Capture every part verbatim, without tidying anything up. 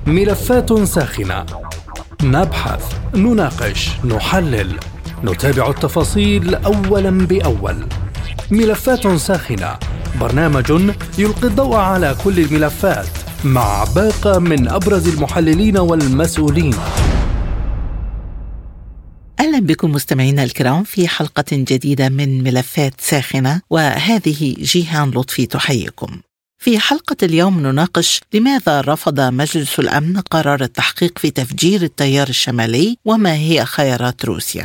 ملفات ساخنة، نبحث، نناقش، نحلل، نتابع التفاصيل أولا بأول. ملفات ساخنة، برنامج يلقي الضوء على كل الملفات مع باقة من أبرز المحللين والمسؤولين. أهلا بكم مستمعينا الكرام في حلقة جديدة من ملفات ساخنة، وهذه جيهان لطفي تحييكم. في حلقة اليوم نناقش لماذا رفض مجلس الأمن قرار التحقيق في تفجير التيار الشمالي وما هي خيارات روسيا.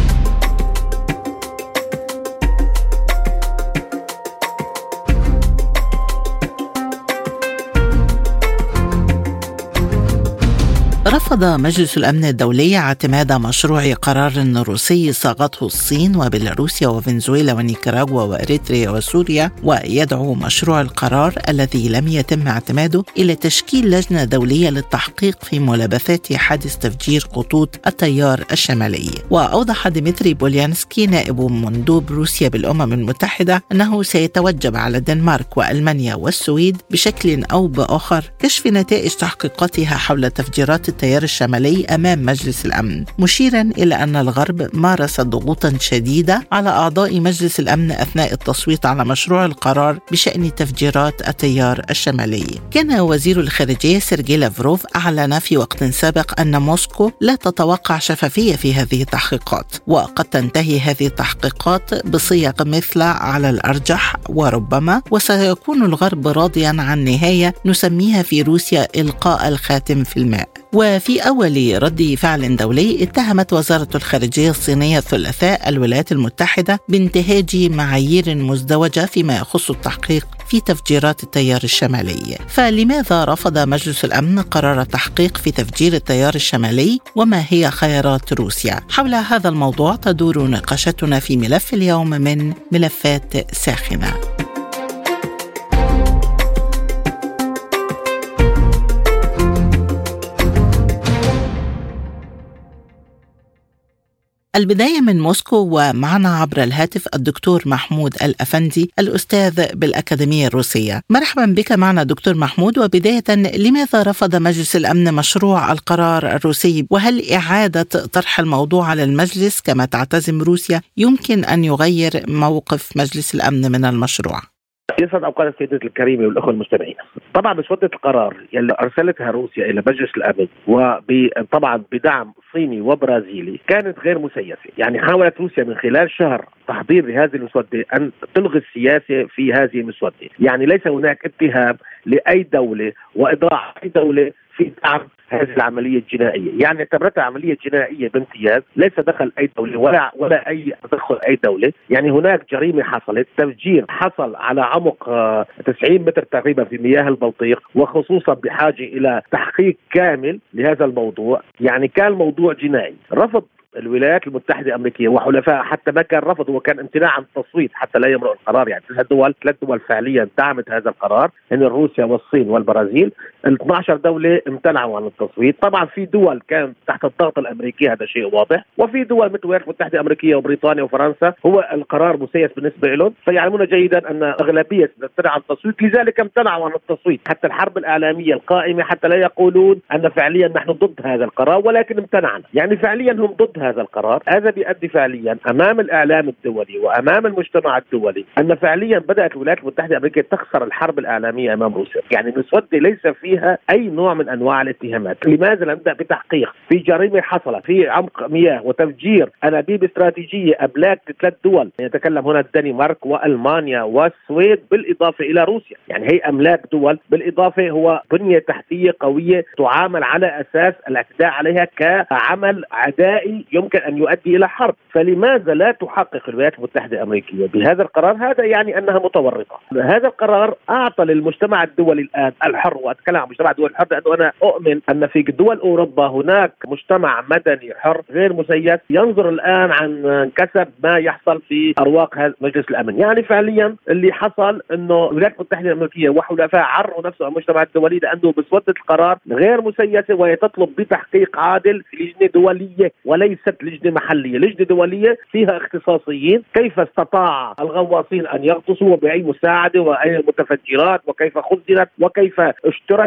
رفض مجلس الأمن الدولي اعتماد مشروع قرار روسي صاغته الصين وبيلاروسيا وفنزويلا ونيكاراغوا وإريتريا وسوريا، ويدعو مشروع القرار الذي لم يتم اعتماده إلى تشكيل لجنة دولية للتحقيق في ملابسات حادث تفجير خطوط التيار الشمالي. وأوضح ديمتري بوليانسكي نائب مندوب روسيا بالأمم المتحدة أنه سيتوجب على الدنمارك وألمانيا والسويد بشكل أو بآخر كشف نتائج تحقيقاتها حول تفجيرات التيار الشمالي أمام مجلس الأمن، مشيرا إلى أن الغرب مارس ضغوطا شديدة على أعضاء مجلس الأمن أثناء التصويت على مشروع القرار بشأن تفجيرات التيار الشمالي. كان وزير الخارجية سيرجي لافروف أعلن في وقت سابق أن موسكو لا تتوقع شفافية في هذه التحقيقات، وقد تنتهي هذه التحقيقات بصيغ مثل على الأرجح وربما، وسيكون الغرب راضيا عن نهاية نسميها في روسيا إلقاء الخاتم في الماء. وفي أول رد فعل دولي اتهمت وزارة الخارجية الصينية الثلاثاء الولايات المتحدة بانتهاج معايير مزدوجة فيما يخص التحقيق في تفجيرات التيار الشمالي. فلماذا رفض مجلس الأمن قرار التحقيق في تفجير التيار الشمالي وما هي خيارات روسيا؟ حول هذا الموضوع تدور نقاشتنا في ملف اليوم من ملفات ساخنة. البداية من موسكو، ومعنا عبر الهاتف الدكتور محمود الأفندي الأستاذ بالأكاديمية الروسية. مرحبا بك معنا دكتور محمود. وبداية، لماذا رفض مجلس الأمن مشروع القرار الروسي؟ وهل إعادة طرح الموضوع على المجلس كما تعتزم روسيا يمكن أن يغير موقف مجلس الأمن من المشروع؟ يسعد اوقات السيدات الكريمه والاخوه المستمعين. طبعا مسوده القرار اللي ارسلتها روسيا الى مجلس الامن وطبعا بدعم صيني وبرازيلي كانت غير مسيسه، يعني حاولت روسيا من خلال شهر تحضير لهذه المسوده ان تلغي السياسه في هذه المسوده، يعني ليس هناك اتهام لاي دوله واضاعه اي دوله في دعم هذه العملية الجنائية، يعني اعتبرتها عملية جنائية بامتياز، ليس دخل أي دولة ولا ولا أي تدخل أي دولة، يعني هناك جريمة حصلت، تفجير حصل على عمق تسعين متر تقريبا في مياه البلطيق، وخصوصا بحاجة إلى تحقيق كامل لهذا الموضوع، يعني كان موضوع جنائي. رفض الولايات المتحدة الأمريكية وحلفائها، حتى ما كان رفض وكان امتناع عن التصويت حتى لا يمرق القرار، يعني ثلاث دول ثلاث دول فعليا دعمت هذا القرار، هن روسيا والصين والبرازيل. ال اثنتي عشرة دولة امتنعوا عن التصويت. طبعا في دول كان تحت الضغط الأمريكي، هذا شيء واضح، وفي دول مثل الولايات المتحدة الأمريكية وبريطانيا وفرنسا هو القرار مسيس بالنسبة لهم، فيعلمون جيدا أن أغلبية تمتنع عن التصويت، لذلك امتنعوا عن التصويت. حتى الحرب الإعلامية القائمة حتى لا يقولون أن فعليا نحن ضد هذا القرار، ولكن امتنعنا، يعني فعليا هم ضد هذا القرار. هذا بيؤدي فعليا امام الاعلام الدولي وامام المجتمع الدولي ان فعليا بدات الولايات المتحده الامريكيه تخسر الحرب الاعلاميه امام روسيا، يعني المسوده ليس فيها اي نوع من انواع الاتهامات. لماذا نبدا بتحقيق في جريمه حصلت في عمق مياه وتفجير انابيب استراتيجيه ابلاغ ثلاث دول، يتكلم هنا الدنمارك والمانيا والسويد بالاضافه الى روسيا، يعني هي املاك دول، بالاضافه هو بنيه تحتيه قويه تعامل على اساس الاعتداء عليها كعمل عدائي يمكن ان يؤدي إلى حرب. فلماذا لا تحقق الولايات المتحدة الأمريكية بهذا القرار؟ هذا يعني أنها متورطة. هذا القرار أعطى للمجتمع الدولي الآن الحر، وأتكلم عن مجتمع الدول الحر لأنه أنا أؤمن أن في دول أوروبا هناك مجتمع مدني حر غير مسيس ينظر الآن عن كسب ما يحصل في أرواق هذا مجلس الأمن. يعني فعليا اللي حصل أنه الولايات المتحدة الأمريكية وحلفائها عروا نفسه المجتمع الدولي لأنه بسودة القرار غير مسيسة، وهي تطلب بتحقيق عادل في لجنة دولية وليست لجنة محلية. لجنة دولية فيها اختصاصيين، كيف استطاع الغواصين أن يغطسوا وبأي مساعدة وأي متفجرات وكيف خزنت وكيف اشترت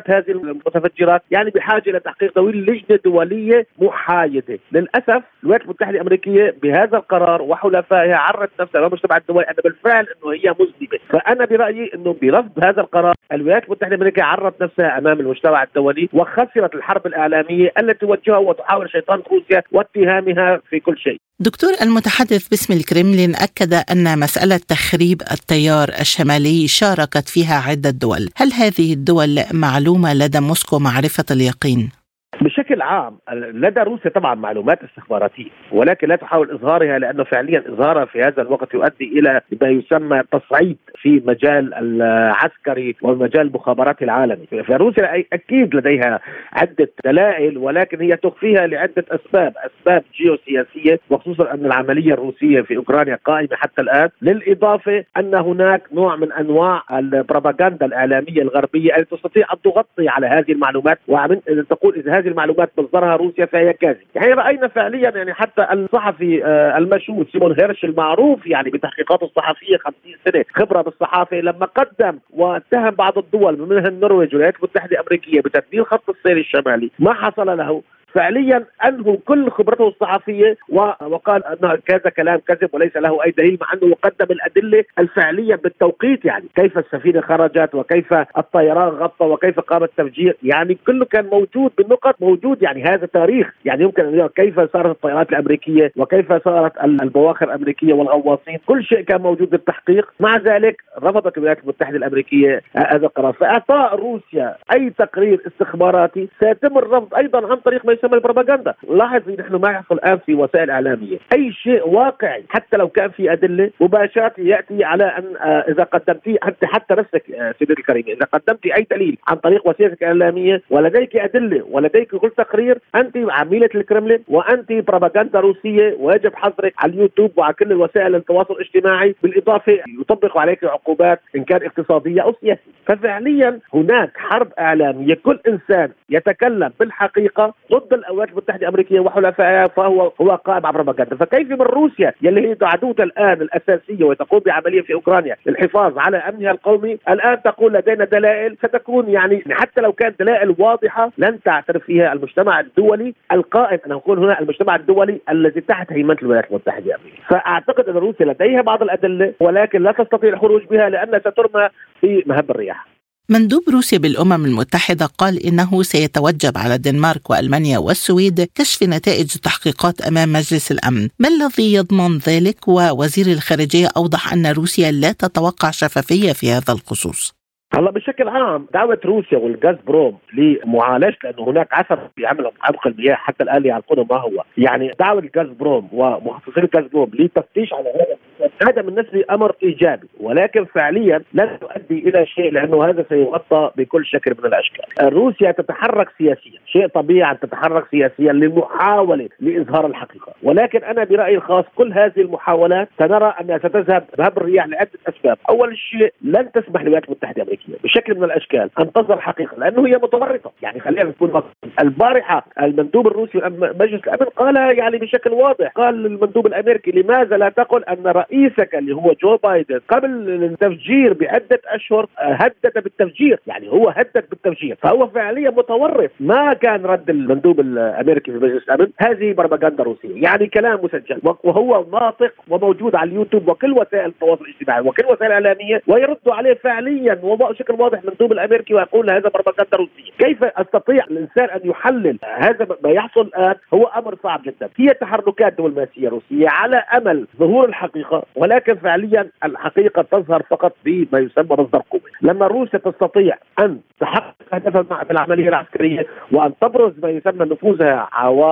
هذه المتفجرات يعني بحاجة إلى تحقيق دولي، لجنة دولية محايدة. للأسف الولايات المتحدة الأمريكية بهذا القرار وحلفائها عرضت نفسها والمجتمع الدولي أن بالفعل أنه هي مذنبة. فأنا برأيي أنه برفض هذا القرار الولايات المتحدة الأمريكية عرضت نفسها أمام المجتمع الدولي وخسرت الحرب الإعلامية التي توجهها وتحاول شيطان روسيا واتهامها في كل شيء. دكتور، المتحدث باسم الكرملين أكد أن مسألة تخريب التيار الشمالي شاركت فيها عدة دول. هل هذه الدول معلومة لدى موسكو معرفة اليقين؟ بشكل عام لدى روسيا طبعا معلومات استخباراتية، ولكن لا تحاول إظهارها، لأنه فعليا إظهارها في هذا الوقت يؤدي إلى ما يسمى تصعيد في مجال العسكري ومجال المخابرات العالمي. فروسيا أكيد لديها عدة دلائل، ولكن هي تخفيها لعدة أسباب أسباب جيوسياسية، وخصوصا أن العملية الروسية في أوكرانيا قائمة حتى الآن. للإضافة أن هناك نوع من أنواع البروباغندا الإعلامية الغربية التي تستطيع أن تغطي على هذه المعلومات ومن تقول إذا هذه المعلومات مصدرها روسيا فهي كاذبة. يعني رأينا فعليا يعني حتى الصحفي المشهور سيمون هيرش المعروف يعني بتحقيقاته الصحفية خمسين سنة خبرة بالصحافة، لما قدم واتهم بعض الدول منها النرويج والولايات المتحدة الأمريكية بتدمير خط السير الشمالي، ما حصل له فعليا أنه كل خبرته الصحفية وقال أن هذا كلام كذب وليس له أي دليل، مع أنه قدم الأدلة الفعلية بالتوقيت، يعني كيف السفينة خرجت وكيف الطيران غطى وكيف قام التفجير، يعني كله كان موجود بالنقط موجود. يعني هذا تاريخ، يعني يمكن أن يقول كيف صارت الطائرات الأمريكية وكيف صارت البواخر الأمريكية والغواصين، كل شيء كان موجود بالتحقيق. مع ذلك رفضت الولايات المتحدة الأمريكية هذا القرار. فإعطاء روسيا أي تقرير استخباراتي سيتم الرفض أيضا عن طريق ما يسمى البروباغندا. لاحظي نحن ما يحصل الآن في وسائل إعلامية، أي شيء واقعي حتى لو كان في أدلة مباشرة يأتي على أن إذا قدمتي أنت حتى نفسك سيدتي الكريمة، إذا قدمتي أي دليل عن طريق وسيلتك الإعلامية ولديك أدلة ولديك كل تقرير، أنت عميلة الكرملين وأنت بروباغندا روسية، ويجب حظرك على اليوتيوب وعلى كل وسائل التواصل الاجتماعي. بالإضافة يطبق عليك عقوبات إن كان اقتصادية أو سياسية. ففعليا هناك حرب إعلامية، كل إنسان يتكلم بالحقيقة ضد الولايات المتحدة الأمريكية وحلفائها فهو هو قائم على بروباغندا. فكيف من روسيا يلي هي عدوتها الآن الأساسية وتقوم بعملية في أوكرانيا للحفاظ على أمنها القومي، الآن تقول لدينا دلائل ستكون يعني حتى لو كانت دلائل واضحة لن تعترف فيها المجتمع الدولي القائم، أنا أقول هنا المجتمع الدولي الذي تحت هيمنة الولايات المتحدة الأمريكية. فأعتقد أن روسيا لديها بعض الأدلة ولكن لا تستطيع الخروج بها لأنها سترمى في مهب الرياح. مندوب روسيا بالأمم المتحدة قال إنه سيتوجب على الدنمارك وألمانيا والسويد كشف نتائج التحقيقات أمام مجلس الأمن. ما الذي يضمن ذلك؟ ووزير الخارجية أوضح أن روسيا لا تتوقع شفافية في هذا الخصوص. هلا بشكل عام دعوة روسيا والغاز بروم لمعالجة، لأنه هناك عثر في عمل عمق المياه حتى الآن يعرفون ما هو، يعني دعوة الغاز بروم ومختصين الغاز بروم لتفتيش على هذا هذا بالنسبة لي أمر إيجابي، ولكن فعليا لن يؤدي إلى شيء لأنه هذا سيغطى بكل شكل من الأشكال. روسيا تتحرك سياسيا، شيء طبيعي أن تتحرك سياسيا لمحاولة لإظهار الحقيقة، ولكن أنا برأيي الخاص كل هذه المحاولات سنرى أنها ستذهب بهب الرياح لعدة أسباب. أول شيء لن تسمح للولايات المتحدة الأمريكية بشكل من الاشكال ان تظهر حقيقه، لانه هي متورطه. يعني خلينا نقول البارحه المندوب الروسي مجلس الامن قال يعني بشكل واضح، قال المندوب الامريكي لماذا لا تقل ان رئيسك اللي هو جو بايدن قبل التفجير بعده اشهر هدد بالتفجير، يعني هو هدد بالتفجير، فهو فعليا متورط. ما كان رد المندوب الامريكي في مجلس الامن هذه بروباغندا روسيه، يعني كلام مسجل وهو ناطق وموجود على اليوتيوب وكل وسائل التواصل الاجتماعي وكل وسائل الاعلاميه، ويردوا عليه فعليا وبشكل واضح المندوب الامريكي ويقول هذا بروباغندا روسيه. كيف استطيع الانسان ان يحلل هذا ما يحصل الان؟ هو امر صعب جدا. هي تحركات دبلوماسيه روسيه على امل ظهور الحقيقه، ولكن فعليا الحقيقه تظهر فقط بما يسمى مصدر قوه. لما روسيا تستطيع ان تحقق هدفها في العمليه العسكريه وان تبرز ما يسمى نفوذها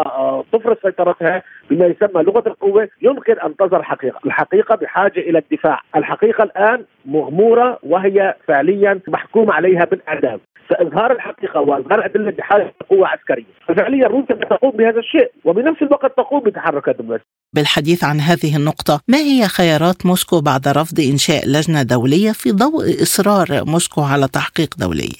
وتفرض سيطرتها بما يسمى لغه القوه، يمكن ان تظهر الحقيقه. الحقيقه بحاجه الى الدفاع. الحقيقه الان مغموره وهي فعليا محكوم عليها بالإعدام. فإظهار الحقيقة وإظهار أدلة بحاجة قوة عسكرية، ففعليا روسيا تقوم بهذا الشيء وبنفس الوقت تقوم بتحركات دبلوماسية. بالحديث عن هذه النقطة، ما هي خيارات موسكو بعد رفض إنشاء لجنة دولية في ضوء إصرار موسكو على تحقيق دولي؟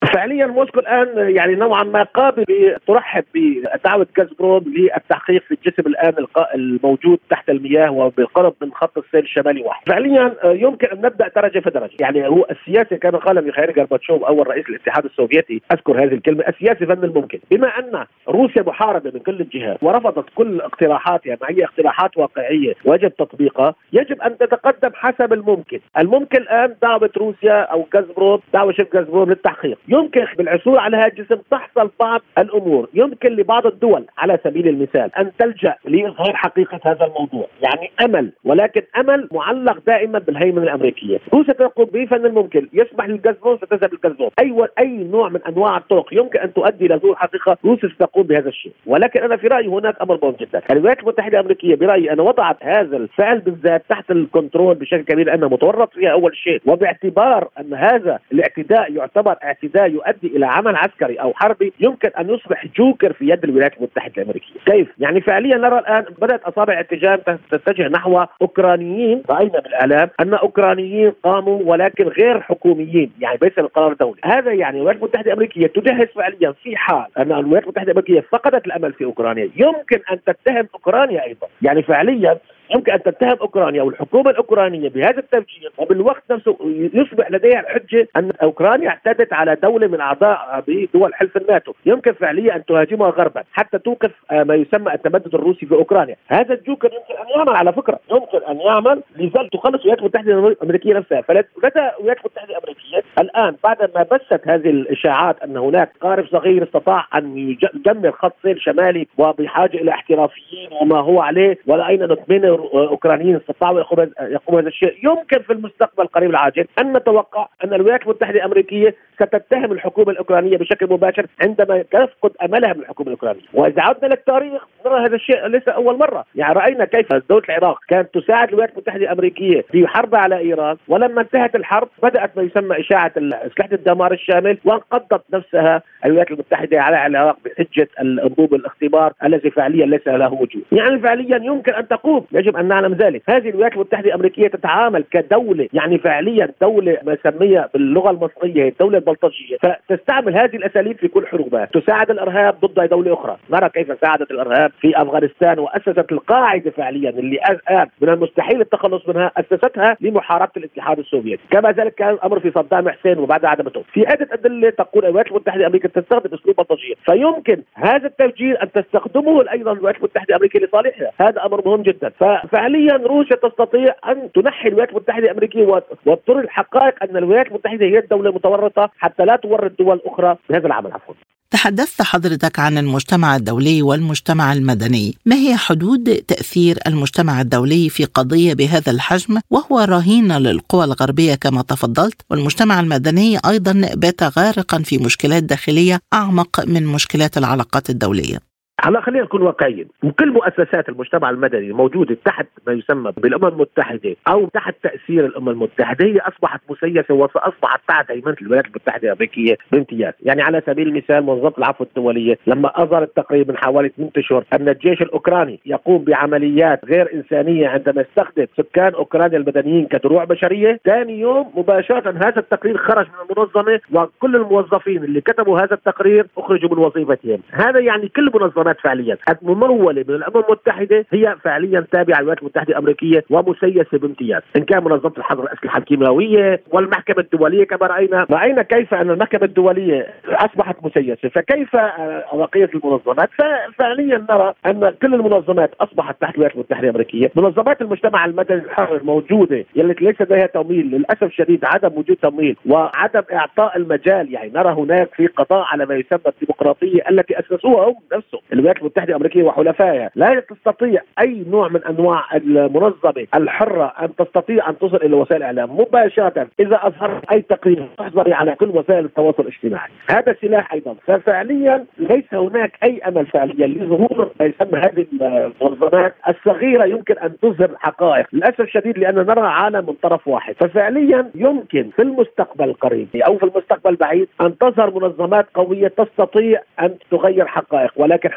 فعليا موسكو الان يعني نوعا ما قابل ترحب بدعوه غازبروم للتحقيق في الجسم الان الموجود تحت المياه وبالقرب من خط السير الشمالي واحد. فعليا يمكن ان نبدا درجه في درجه، يعني هو السياسي كما قال ميخائيل غورباتشوف اول رئيس الاتحاد السوفيتي، اذكر هذه الكلمه، السياسي فن الممكن. بما ان روسيا محاربه من كل الجهات ورفضت كل اقتراحاتها مع هي اقتراحات واقعيه ويجب تطبيقها، يجب ان تتقدم حسب الممكن. الممكن الان دعوه روسيا او غازبروم، دعوه شركه غازبروم للتحقيق. يمكن بالعثور على هذا الجسم تحصل بعض الامور، يمكن لبعض الدول على سبيل المثال ان تلجا لاظهار حقيقه هذا الموضوع، يعني امل، ولكن امل معلق دائما بالهيمنه الامريكيه. روسيا تقوم بفن الممكن، يسمح للغازبروم فتذهب للغازبروم. اي اي نوع من انواع الطرق يمكن ان تؤدي الى ظهور حقيقه، روسيا ستقوم بهذا الشيء. ولكن انا في رايي هناك امر مهم جدا. الولايات المتحده الامريكيه برايي انا وضعت هذا الفعل بالذات تحت الكنترول بشكل كبير لانه متورط فيها اول شيء، وباعتبار ان هذا الاعتداء يعتبر اعتداء يؤدي الى عمل عسكري او حربي، يمكن ان يصبح جوكر في يد الولايات المتحده الامريكيه. كيف؟ يعني فعليا نرى الان بدات اصابع الاتجاه تتجه نحو اوكرانيين، راينا بالاعلام ان اوكرانيين قاموا ولكن غير حكوميين، يعني ليس القرار دولي. هذا يعني الولايات المتحده الامريكيه تجهز فعليا في حال ان الولايات المتحده الامريكيه فقدت الامل في اوكرانيا، يمكن ان تتهم اوكرانيا ايضا، يعني فعليا يمكن أن تتهم أوكرانيا والحكومة الأوكرانية بهذا التفجير، وبالوقت نفسه يصبح لديها الحجة أن أوكرانيا اعتدت على دولة من أعضاء بدول حلف الناتو، يمكن فعليا أن تهاجمها غربا حتى توقف ما يسمى التمدد الروسي في أوكرانيا. هذا الجوكر يمكن أن يعمل على فكرة، يمكن أن يعمل لذلك تخلص الولايات المتحدة الأمريكية نفسها. فلدى الولايات المتحدة الأمريكية الآن بعد ما بثت هذه الإشاعات أن هناك قارب صغير استطاع أن يجمر خط سير شمالي وبحاجة إلى احترافيين وما هو عليه، ورأينا نطمئن اوكرانيين استطاعوا يقوموا بهذا الشيء، يمكن في المستقبل القريب العاجل ان نتوقع ان الولايات المتحده الامريكيه ستتهم الحكومه الاوكرانيه بشكل مباشر عندما تفقد املها من الحكومه الاوكرانيه. واذا عدنا للتاريخ نرى هذا الشيء ليس اول مره، يعني راينا كيف دوله العراق كانت تساعد الولايات المتحده الامريكيه في حرب على ايران، ولما انتهت الحرب بدات ما يسمى اشاعه اسلحه الدمار الشامل، وانقضت نفسها الولايات المتحده على العراق بحجه الانبوب الاختبار الذي فعليا ليس له وجود. يعني فعليا يمكن ان تقوم، يجب ان نعلم ذلك. هذه الولايات المتحده الامريكيه تتعامل كدوله، يعني فعليا دوله ما نسميها باللغه المصريه الدوله البلطجيه، فتستعمل هذه الاساليب في كل حروبها، تساعد الارهاب ضد دوله اخرى. نرى كيف ساعدت الارهاب في افغانستان واسست القاعده فعليا اللي الان من المستحيل التخلص منها، اسستها لمحاربه الاتحاد السوفيتي. كما ذلك كان الامر في صدام حسين وبعد عدمته. في عده ادله تقول الولايات المتحده الامريكيه تستخدم اسلوب بلطجيه، فيمكن هذا التفجير ان تستخدمه ايضا الولايات المتحده الامريكيه لصالحها. هذا امر مهم جدا. ففعليا روسيا تستطيع ان تنحي الولايات المتحده الامريكيه وتظهر الحقائق ان الولايات المتحده هي الدوله المتورطه حتى لا تورط دول اخرى بهذا العمل. عفوا. تحدثت حضرتك عن المجتمع الدولي والمجتمع المدني، ما هي حدود تأثير المجتمع الدولي في قضية بهذا الحجم وهو رهين للقوى الغربية كما تفضلت، والمجتمع المدني أيضا بات غارقا في مشكلات داخلية أعمق من مشكلات العلاقات الدولية؟ هلا خلينا نكون واقعيين، كل مؤسسات المجتمع المدني الموجوده تحت ما يسمى بالامم المتحده او تحت تاثير الامم المتحده هي اصبحت مسيسه واصبحت تحت هيمنه الولايات المتحده الامريكيه بامتياز. يعني على سبيل المثال منظمه العفو الدوليه لما اصدرت تقرير من حوالي ثمانية اشهر ان الجيش الاوكراني يقوم بعمليات غير انسانيه عندما يستخدم سكان اوكرانيا المدنيين كدروع بشريه، ثاني يوم مباشره هذا التقرير خرج من المنظمه وكل الموظفين اللي كتبوا هذا التقرير اخرجوا من وظيفتهم. هذا يعني كل منظمات فعليا الممولة من الأمم المتحدة هي فعليا تابعة للولايات المتحدة الأمريكية ومسيسة بامتياز، إن كان منظمة الحظر الأسلحة الكيماوية والمحكمة الدولية. كما رأينا رأينا كيف أن المحكمة الدولية أصبحت مسيسة، فكيف بقية المنظمات؟ ففعليا نرى أن كل المنظمات أصبحت تحت الولايات المتحدة الأمريكية. منظمات المجتمع المدني الحر الموجودة يلي ليس لديها تمويل، للأسف الشديد عدم وجود تمويل وعدم إعطاء المجال. يعني نرى هناك في قضاء على ما يسمى الديمقراطية التي أسسوها هم نفسهم الولايات المتحدة الأمريكية وحلفائها. لا تستطيع أي نوع من أنواع المنظمة الحرة أن تستطيع أن تصل إلى وسائل الإعلام مباشرة إذا أظهر أي تقرير تحظر على كل وسائل التواصل الاجتماعي. هذا سلاح أيضا. ففعليا ليس هناك أي أمل فعليا لظهور ما يسمى هذه المنظمات الصغيرة يمكن أن تظهر حقائق، للأسف الشديد لأن نرى عالم من طرف واحد. ففعليا يمكن في المستقبل القريب أو في المستقبل البعيد أن تظهر منظمات قوية تستطيع أن تغير حقائق، ولكن حتى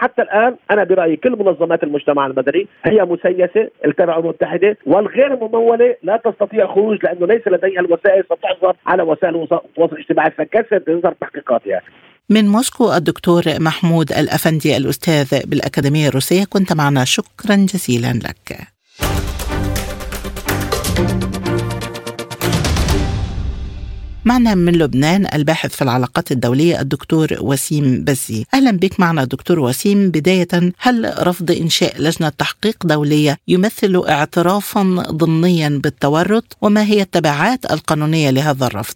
حتى الآن أنا برأيي كل منظمات المجتمع المدني هي مسيسة التابعة المتحدة، والغير ممولة لا تستطيع الخروج لأنه ليس لديها الوسائل ستحظر على وسائل التواصل الاجتماعي فكسر تظهر تحقيقاتها. من موسكو الدكتور محمود الأفندي الأستاذ بالأكاديمية الروسية، كنت معنا، شكرا جزيلا لك. معنا من لبنان الباحث في العلاقات الدولية الدكتور وسيم بزي. أهلا بك معنا دكتور وسيم. بداية، هل رفض إنشاء لجنة تحقيق دولية يمثل اعترافا ضمنيا بالتورط، وما هي التبعات القانونية لهذا الرفض؟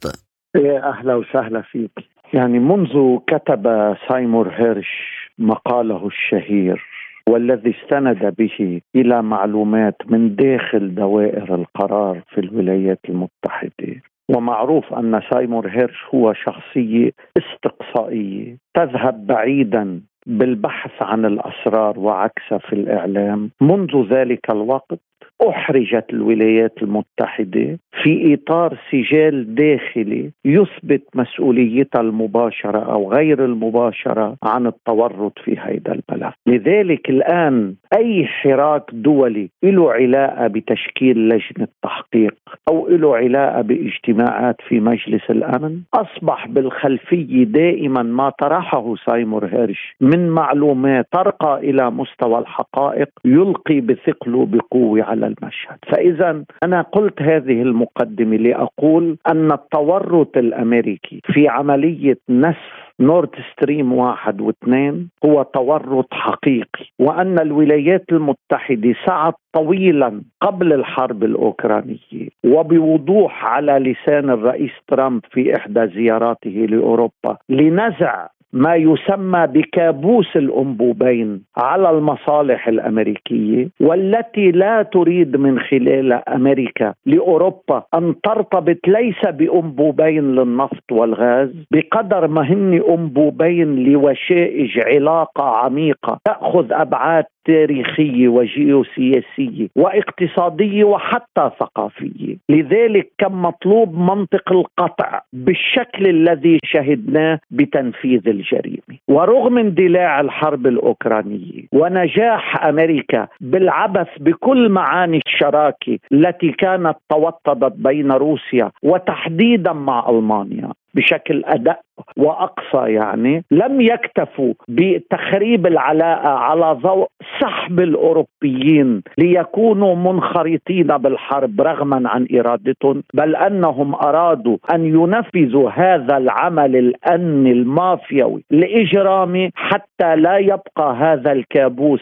أهلا وسهلا فيك. يعني منذ كتب سايمور هيرش مقاله الشهير والذي استند به إلى معلومات من داخل دوائر القرار في الولايات المتحدة، ومعروف أن سايمور هيرش هو شخصية استقصائية تذهب بعيدا بالبحث عن الأسرار وعكسها في الإعلام، منذ ذلك الوقت أحرجت الولايات المتحدة في إطار سجال داخلي يثبت مسؤوليتها المباشرة أو غير المباشرة عن التورط في هذا الملف. لذلك الآن أي حراك دولي له علاقة بتشكيل لجنة تحقيق أو له علاقة باجتماعات في مجلس الأمن أصبح بالخلفية دائما ما طرحه سايمور هيرش من معلومات ترقى إلى مستوى الحقائق يلقي بثقله بقوة على المشهد. فإذا أنا قلت هذه المقدمة لأقول أن التورط الأمريكي في عملية نسف نورد ستريم واحد واثنين هو تورط حقيقي، وأن الولايات المتحدة سعت طويلا قبل الحرب الأوكرانية وبوضوح على لسان الرئيس ترامب في إحدى زياراته لأوروبا لنزع ما يسمى بكابوس الأنبوبين على المصالح الأمريكية، والتي لا تريد من خلال أمريكا لأوروبا أن ترتبط ليس بأنبوبين للنفط والغاز بقدر ما هن أنبوبين لوشائج علاقة عميقة تأخذ أبعاد تاريخية وجيوسياسية واقتصادية وحتى ثقافية. لذلك كان مطلوب منطق القطع بالشكل الذي شهدناه بتنفيذ الجريمة. ورغم اندلاع الحرب الأوكرانية ونجاح أمريكا بالعبث بكل معاني الشراكة التي كانت توطدت بين روسيا وتحديدا مع ألمانيا بشكل أدق وأقصى، يعني لم يكتفوا بتخريب العلاقة على ضوء سحب الأوروبيين ليكونوا منخرطين بالحرب رغما عن إرادتهم، بل أنهم أرادوا أن ينفذوا هذا العمل الأمني المافيوي الإجرامي حتى لا يبقى هذا الكابوس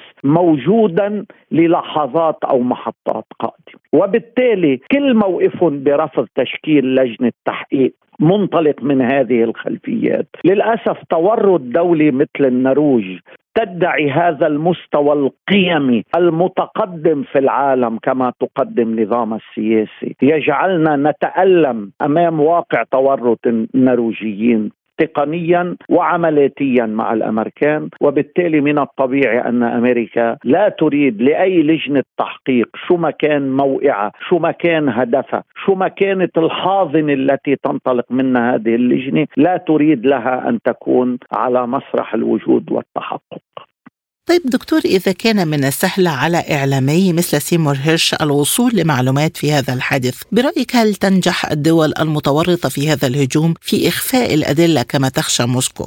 موجودا للحظات أو محطات قادمة. وبالتالي كل موقف برفض تشكيل لجنة تحقيق منطلق من هذه الخلفيات. للأسف تورط دولي مثل النرويج تدعي هذا المستوى القيمي المتقدم في العالم كما تقدم نظام السياسي يجعلنا نتألم أمام واقع تورط النرويجيين تقنيا وعملياتيا مع الأمريكان. وبالتالي من الطبيعي أن أمريكا لا تريد لأي لجنة تحقيق شو ما كان موقعها، شو ما كان هدفها، شو ما كانت الحاضنة التي تنطلق منها هذه اللجنة، لا تريد لها أن تكون على مسرح الوجود والتحقق. طيب دكتور، إذا كان من السهل على إعلامي مثل سيمور هيرش الوصول لمعلومات في هذا الحادث، برأيك هل تنجح الدول المتورطة في هذا الهجوم في إخفاء الأدلة كما تخشى موسكو؟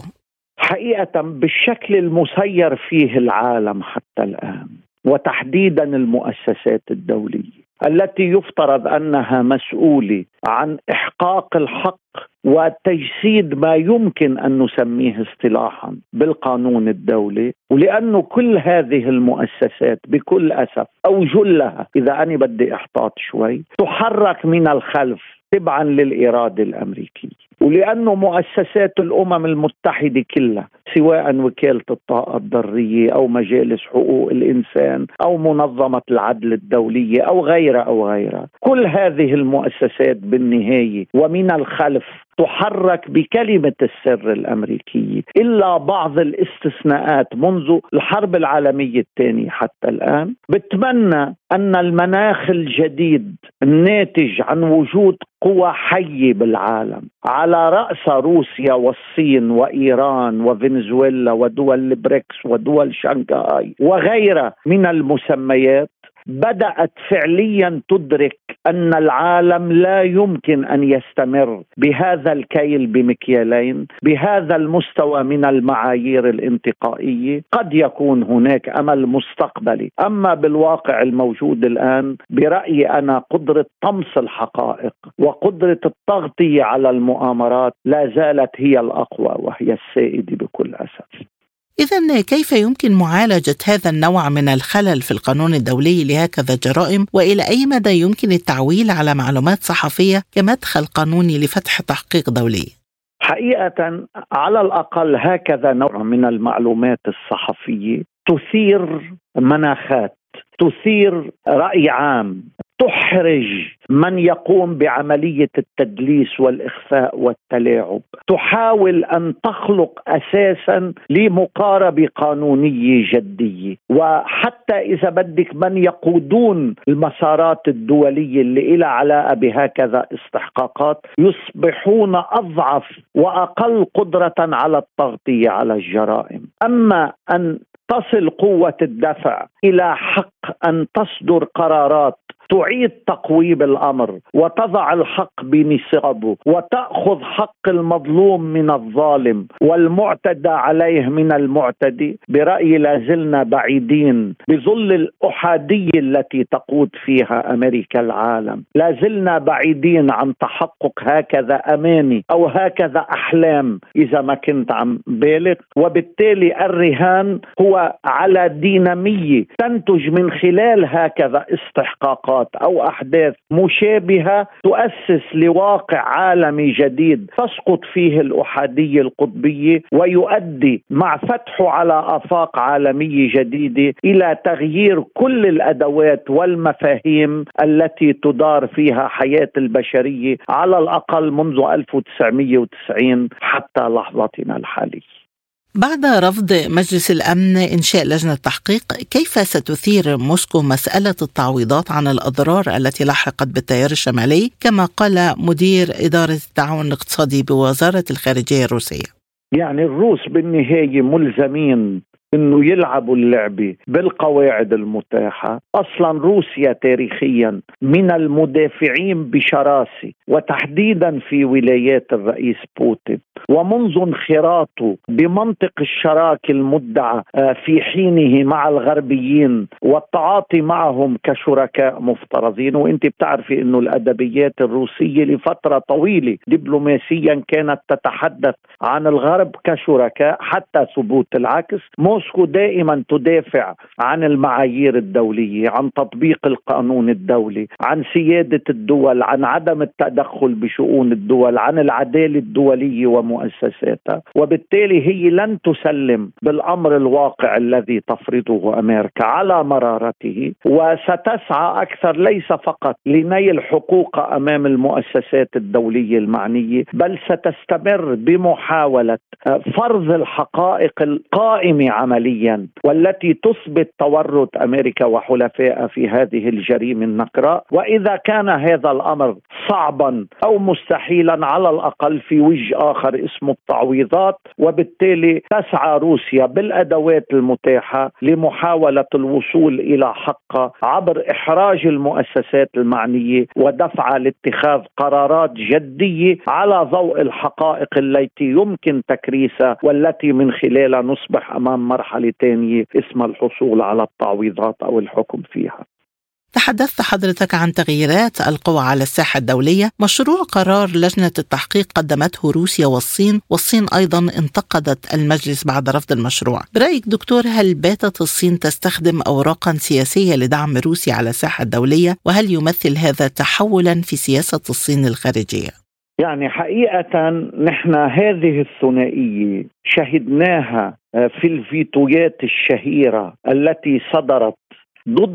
حقيقة بالشكل المسير فيه العالم حتى الآن، وتحديدا المؤسسات الدولية التي يفترض أنها مسؤولة عن إحقاق الحق وتجسيد ما يمكن أن نسميه اصطلاحا بالقانون الدولي، ولأنه كل هذه المؤسسات بكل أسف أو جلها إذا أنا بدي إحطاط شوي تحرك من الخلف تبعا للإرادة الأمريكية، ولأنه مؤسسات الأمم المتحدة كلها سواء وكالة الطاقة الذرية أو مجالس حقوق الإنسان أو منظمة العدل الدولية أو غيرها أو غيرها، كل هذه المؤسسات بالنهاية ومن الخلف تحرك بكلمة السر الأمريكية، إلا بعض الاستثناءات منذ الحرب العالمية الثانية حتى الآن. بتمنى أن المناخ الجديد الناتج عن وجود قوى حية بالعالم على رأس روسيا والصين وإيران وفنزويلا ودول البريكس ودول شنغهاي وغيرها من المسميات بدأت فعليا تدرك أن العالم لا يمكن أن يستمر بهذا الكيل بمكيالين، بهذا المستوى من المعايير الانتقائية. قد يكون هناك أمل مستقبلي، أما بالواقع الموجود الآن برأيي أنا قدرة طمس الحقائق وقدرة التغطية على المؤامرات لا زالت هي الأقوى وهي السائدة بكل أسف. إذن كيف يمكن معالجة هذا النوع من الخلل في القانون الدولي لهكذا جرائم؟ وإلى أي مدى يمكن التعويل على معلومات صحفية كمدخل قانوني لفتح تحقيق دولي؟ حقيقة على الأقل هكذا نوع من المعلومات الصحفية تثير مناخات، تثير رأي عام، تحرج من يقوم بعملية التدليس والإخفاء والتلاعب، تحاول أن تخلق أساسا لمقاربة قانونية جدية. وحتى إذا بدك من يقودون المسارات الدولية اللي إلى علاقة بهكذا استحقاقات يصبحون أضعف وأقل قدرة على التغطية على الجرائم. أما أن تصل قوة الدفع إلى حق أن تصدر قرارات تعيد تقويم الأمر وتضع الحق بنصابه وتأخذ حق المظلوم من الظالم والمعتدى عليه من المعتدي، برأيي لازلنا بعيدين بظل الأحادية التي تقود فيها أمريكا العالم، لازلنا بعيدين عن تحقق هكذا أماني أو هكذا أحلام إذا ما كنت عم بالغ. وبالتالي الرهان هو على دينامية تنتج من خلال هكذا استحقاقات أو أحداث مشابهة تؤسس لواقع عالمي جديد تسقط فيه الأحادية القطبية ويؤدي مع فتحه على آفاق عالمية جديدة إلى تغيير كل الأدوات والمفاهيم التي تدار فيها حياة البشرية على الأقل منذ ألف وتسعمائة وتسعين حتى لحظتنا الحالية. بعد رفض مجلس الأمن إنشاء لجنة تحقيق، كيف ستثير موسكو مسألة التعويضات عن الأضرار التي لحقت بالتيار الشمالي، كما قال مدير إدارة التعاون الاقتصادي بوزارة الخارجية الروسية؟ يعني الروس بالنهاية ملزمين انه يلعبوا اللعبة بالقواعد المتاحة. اصلا روسيا تاريخيا من المدافعين بشراسة وتحديدا في ولايات الرئيس بوتين، ومنذ انخراطه بمنطق الشراكة المدعى في حينه مع الغربيين والتعاطي معهم كشركاء مفترضين. وانت بتعرفي انه الادبيات الروسية لفترة طويلة دبلوماسيا كانت تتحدث عن الغرب كشركاء حتى ثبوت العكس. موسكو دائما تدافع عن المعايير الدولية، عن تطبيق القانون الدولي، عن سيادة الدول، عن عدم التدخل بشؤون الدول، عن العدالة الدولية ومؤسساتها. وبالتالي هي لن تسلم بالأمر الواقع الذي تفرضه أمريكا على مرارته، وستسعى أكثر ليس فقط لنيل حقوق أمام المؤسسات الدولية المعنية، بل ستستمر بمحاولة فرض الحقائق القائمة عمليا والتي تثبت تورط أمريكا وحلفائها في هذه الجريمة النكراء. وإذا كان هذا الأمر صعبا أو مستحيلا على الأقل في وجه آخر اسمه التعويضات. وبالتالي تسعى روسيا بالأدوات المتاحة لمحاولة الوصول إلى حقها عبر إحراج المؤسسات المعنية ودفعها لاتخاذ قرارات جدية على ضوء الحقائق التي يمكن تكريسها والتي من خلالها نصبح أمام مرحلة ثانية اسمها الحصول على التعويضات أو الحكم فيها. تحدثت حضرتك عن تغييرات القوى على الساحة الدولية. مشروع قرار لجنة التحقيق قدمته روسيا والصين، والصين أيضا انتقدت المجلس بعد رفض المشروع. برأيك دكتور، هل باتت الصين تستخدم أوراقا سياسية لدعم روسيا على الساحة الدولية؟ وهل يمثل هذا تحولا في سياسة الصين الخارجية؟ يعني حقيقة نحن هذه الثنائية شهدناها في الفيتويات الشهيرة التي صدرت ضد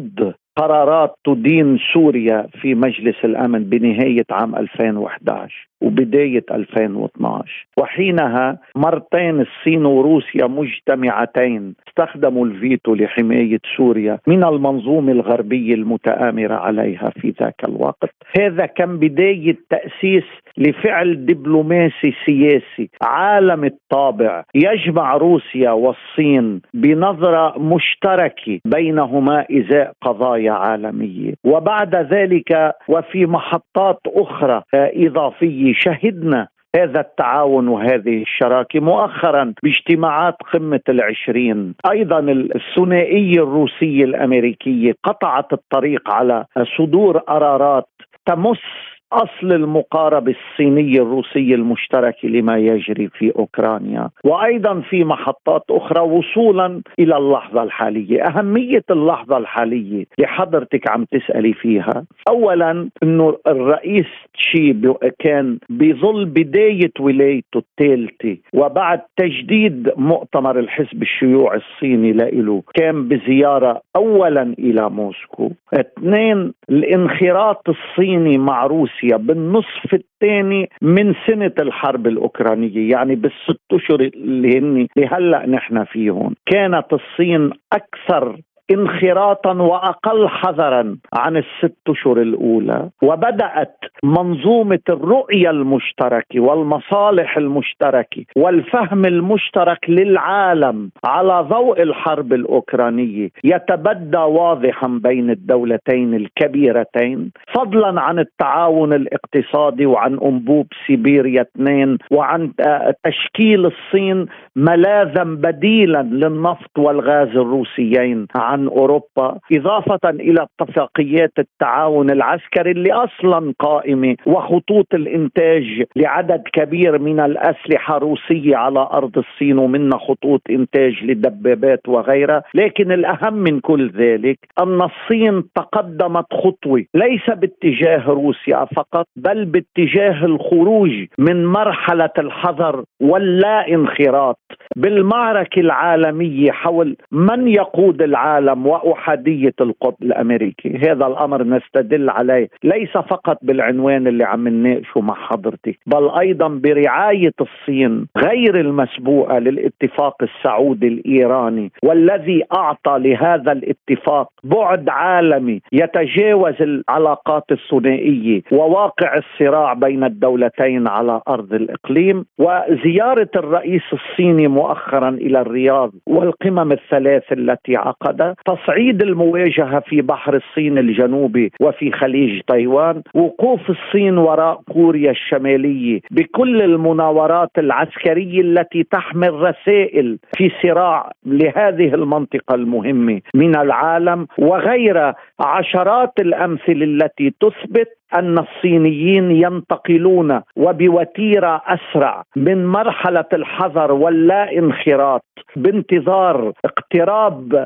قرارات تدين سوريا في مجلس الأمن بنهاية عام ألفين وإحدى عشر وبداية ألفين واثني عشر، وحينها مرتين الصين وروسيا مجتمعتين استخدموا الفيتو لحماية سوريا من المنظومة الغربية المتآمرة عليها في ذاك الوقت. هذا كان بداية تأسيس لفعل دبلوماسي سياسي عالم الطابع يجمع روسيا والصين بنظرة مشتركة بينهما إزاء قضايا عالمية. وبعد ذلك وفي محطات أخرى إضافية شهدنا هذا التعاون وهذه الشراكة مؤخرا باجتماعات قمة العشرين. أيضا الثنائية الروسية الأمريكية قطعت الطريق على صدور قرارات تمس أصل المقاربة الصينية الروسية المشتركة لما يجري في أوكرانيا، وأيضا في محطات أخرى وصولا إلى اللحظة الحالية. أهمية اللحظة الحالية لحضرتك عم تسألي فيها، أولا أنه الرئيس شي كان بظل بداية ولايته الثالثة وبعد تجديد مؤتمر الحزب الشيوعي الصيني له كان بزيارة أولا إلى موسكو. اثنين، الانخراط الصيني مع روسيا بالنصف الثاني من سنة الحرب الأوكرانية، يعني بالست أشهر اللي هن هلأ نحن فيهم، كانت الصين أكثر انخراطا وأقل حذرا عن الست أشهر الأولى. وبدأت منظومة الرؤية المشتركة والمصالح المشتركة والفهم المشترك للعالم على ضوء الحرب الأوكرانية يتبدى واضحا بين الدولتين الكبيرتين، فضلا عن التعاون الاقتصادي وعن أنبوب سيبيريا اثنين وعن تشكيل الصين ملاذا بديلا للنفط والغاز الروسيين عن أوروبا، إضافة إلى اتفاقيات التعاون العسكري اللي أصلا قائمة وخطوط الإنتاج لعدد كبير من الأسلحة الروسية على أرض الصين ومنها خطوط إنتاج للدبابات وغيرها. لكن الأهم من كل ذلك أن الصين تقدمت خطوة ليس باتجاه روسيا فقط بل باتجاه الخروج من مرحلة الحذر واللا انخراط بالمعركة العالمية حول من يقود العالم وأحادية القطب الأمريكي. هذا الأمر نستدل عليه ليس فقط بالعنوان اللي عم نناقشه مع حضرتك بل أيضا برعاية الصين غير المسبوقة للاتفاق السعودي الإيراني، والذي أعطى لهذا الاتفاق بعد عالمي يتجاوز العلاقات الثنائية وواقع الصراع بين الدولتين على أرض الإقليم. وزيارة الرئيس الصيني مؤخرا إلى الرياض والقمم الثلاث التي عقدها، تصعيد المواجهة في بحر الصين الجنوبي وفي خليج تايوان، وقوف الصين وراء كوريا الشمالية بكل المناورات العسكرية التي تحمل رسائل في صراع لهذه المنطقة المهمة من العالم، وغير عشرات الأمثلة التي تثبت أن الصينيين ينتقلون وبوتيرة أسرع من مرحلة الحذر واللا انخراط بانتظار اقتراب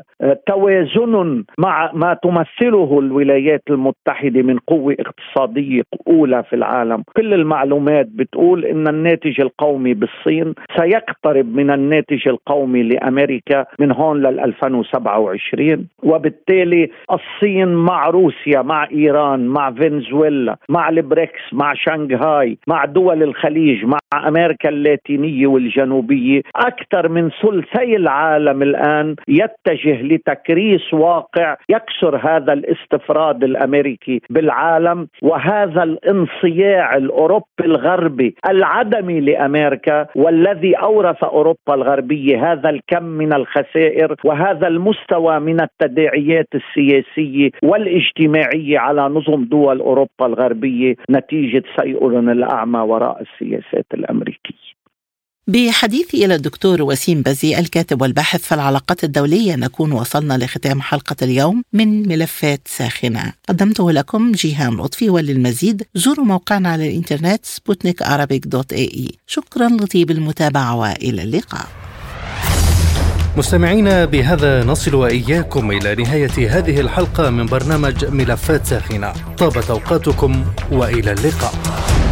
توازن مع ما تمثله الولايات المتحدة من قوة اقتصادية أولى في العالم. كل المعلومات بتقول أن الناتج القومي بالصين سيقترب من الناتج القومي لأمريكا من هون لل ألفين وسبعة وعشرين، وبالتالي الصين مع روسيا مع إيران مع فنزويلا مع البريكس مع شنغهاي مع دول الخليج مع أمريكا اللاتينية والجنوبية، أكثر من ثلثي العالم الآن يتجه لتكريس واقع يكسر هذا الاستفراد الأمريكي بالعالم وهذا الانصياع الأوروبي الغربي العدمي لأمريكا، والذي أورث أوروبا الغربية هذا الكم من الخسائر وهذا المستوى من التداعيات السياسية والاجتماعية على نظم دول أوروبا الغربية نتيجة سيئنا الأعمى وراء السياسات الأمريكية. بحديثي إلى الدكتور وسيم بزي الكاتب والباحث في العلاقات الدولية نكون وصلنا لختام حلقة اليوم من ملفات ساخنة، قدمته لكم جيهان لطفي، وللمزيد زوروا موقعنا على الإنترنت سبوتنيك أرابيك دوت إيه إي. شكرا لطيب المتابعة وإلى اللقاء. مستمعينا، بهذا نصل وإياكم إلى نهاية هذه الحلقة من برنامج ملفات ساخنة. طابت أوقاتكم وإلى اللقاء.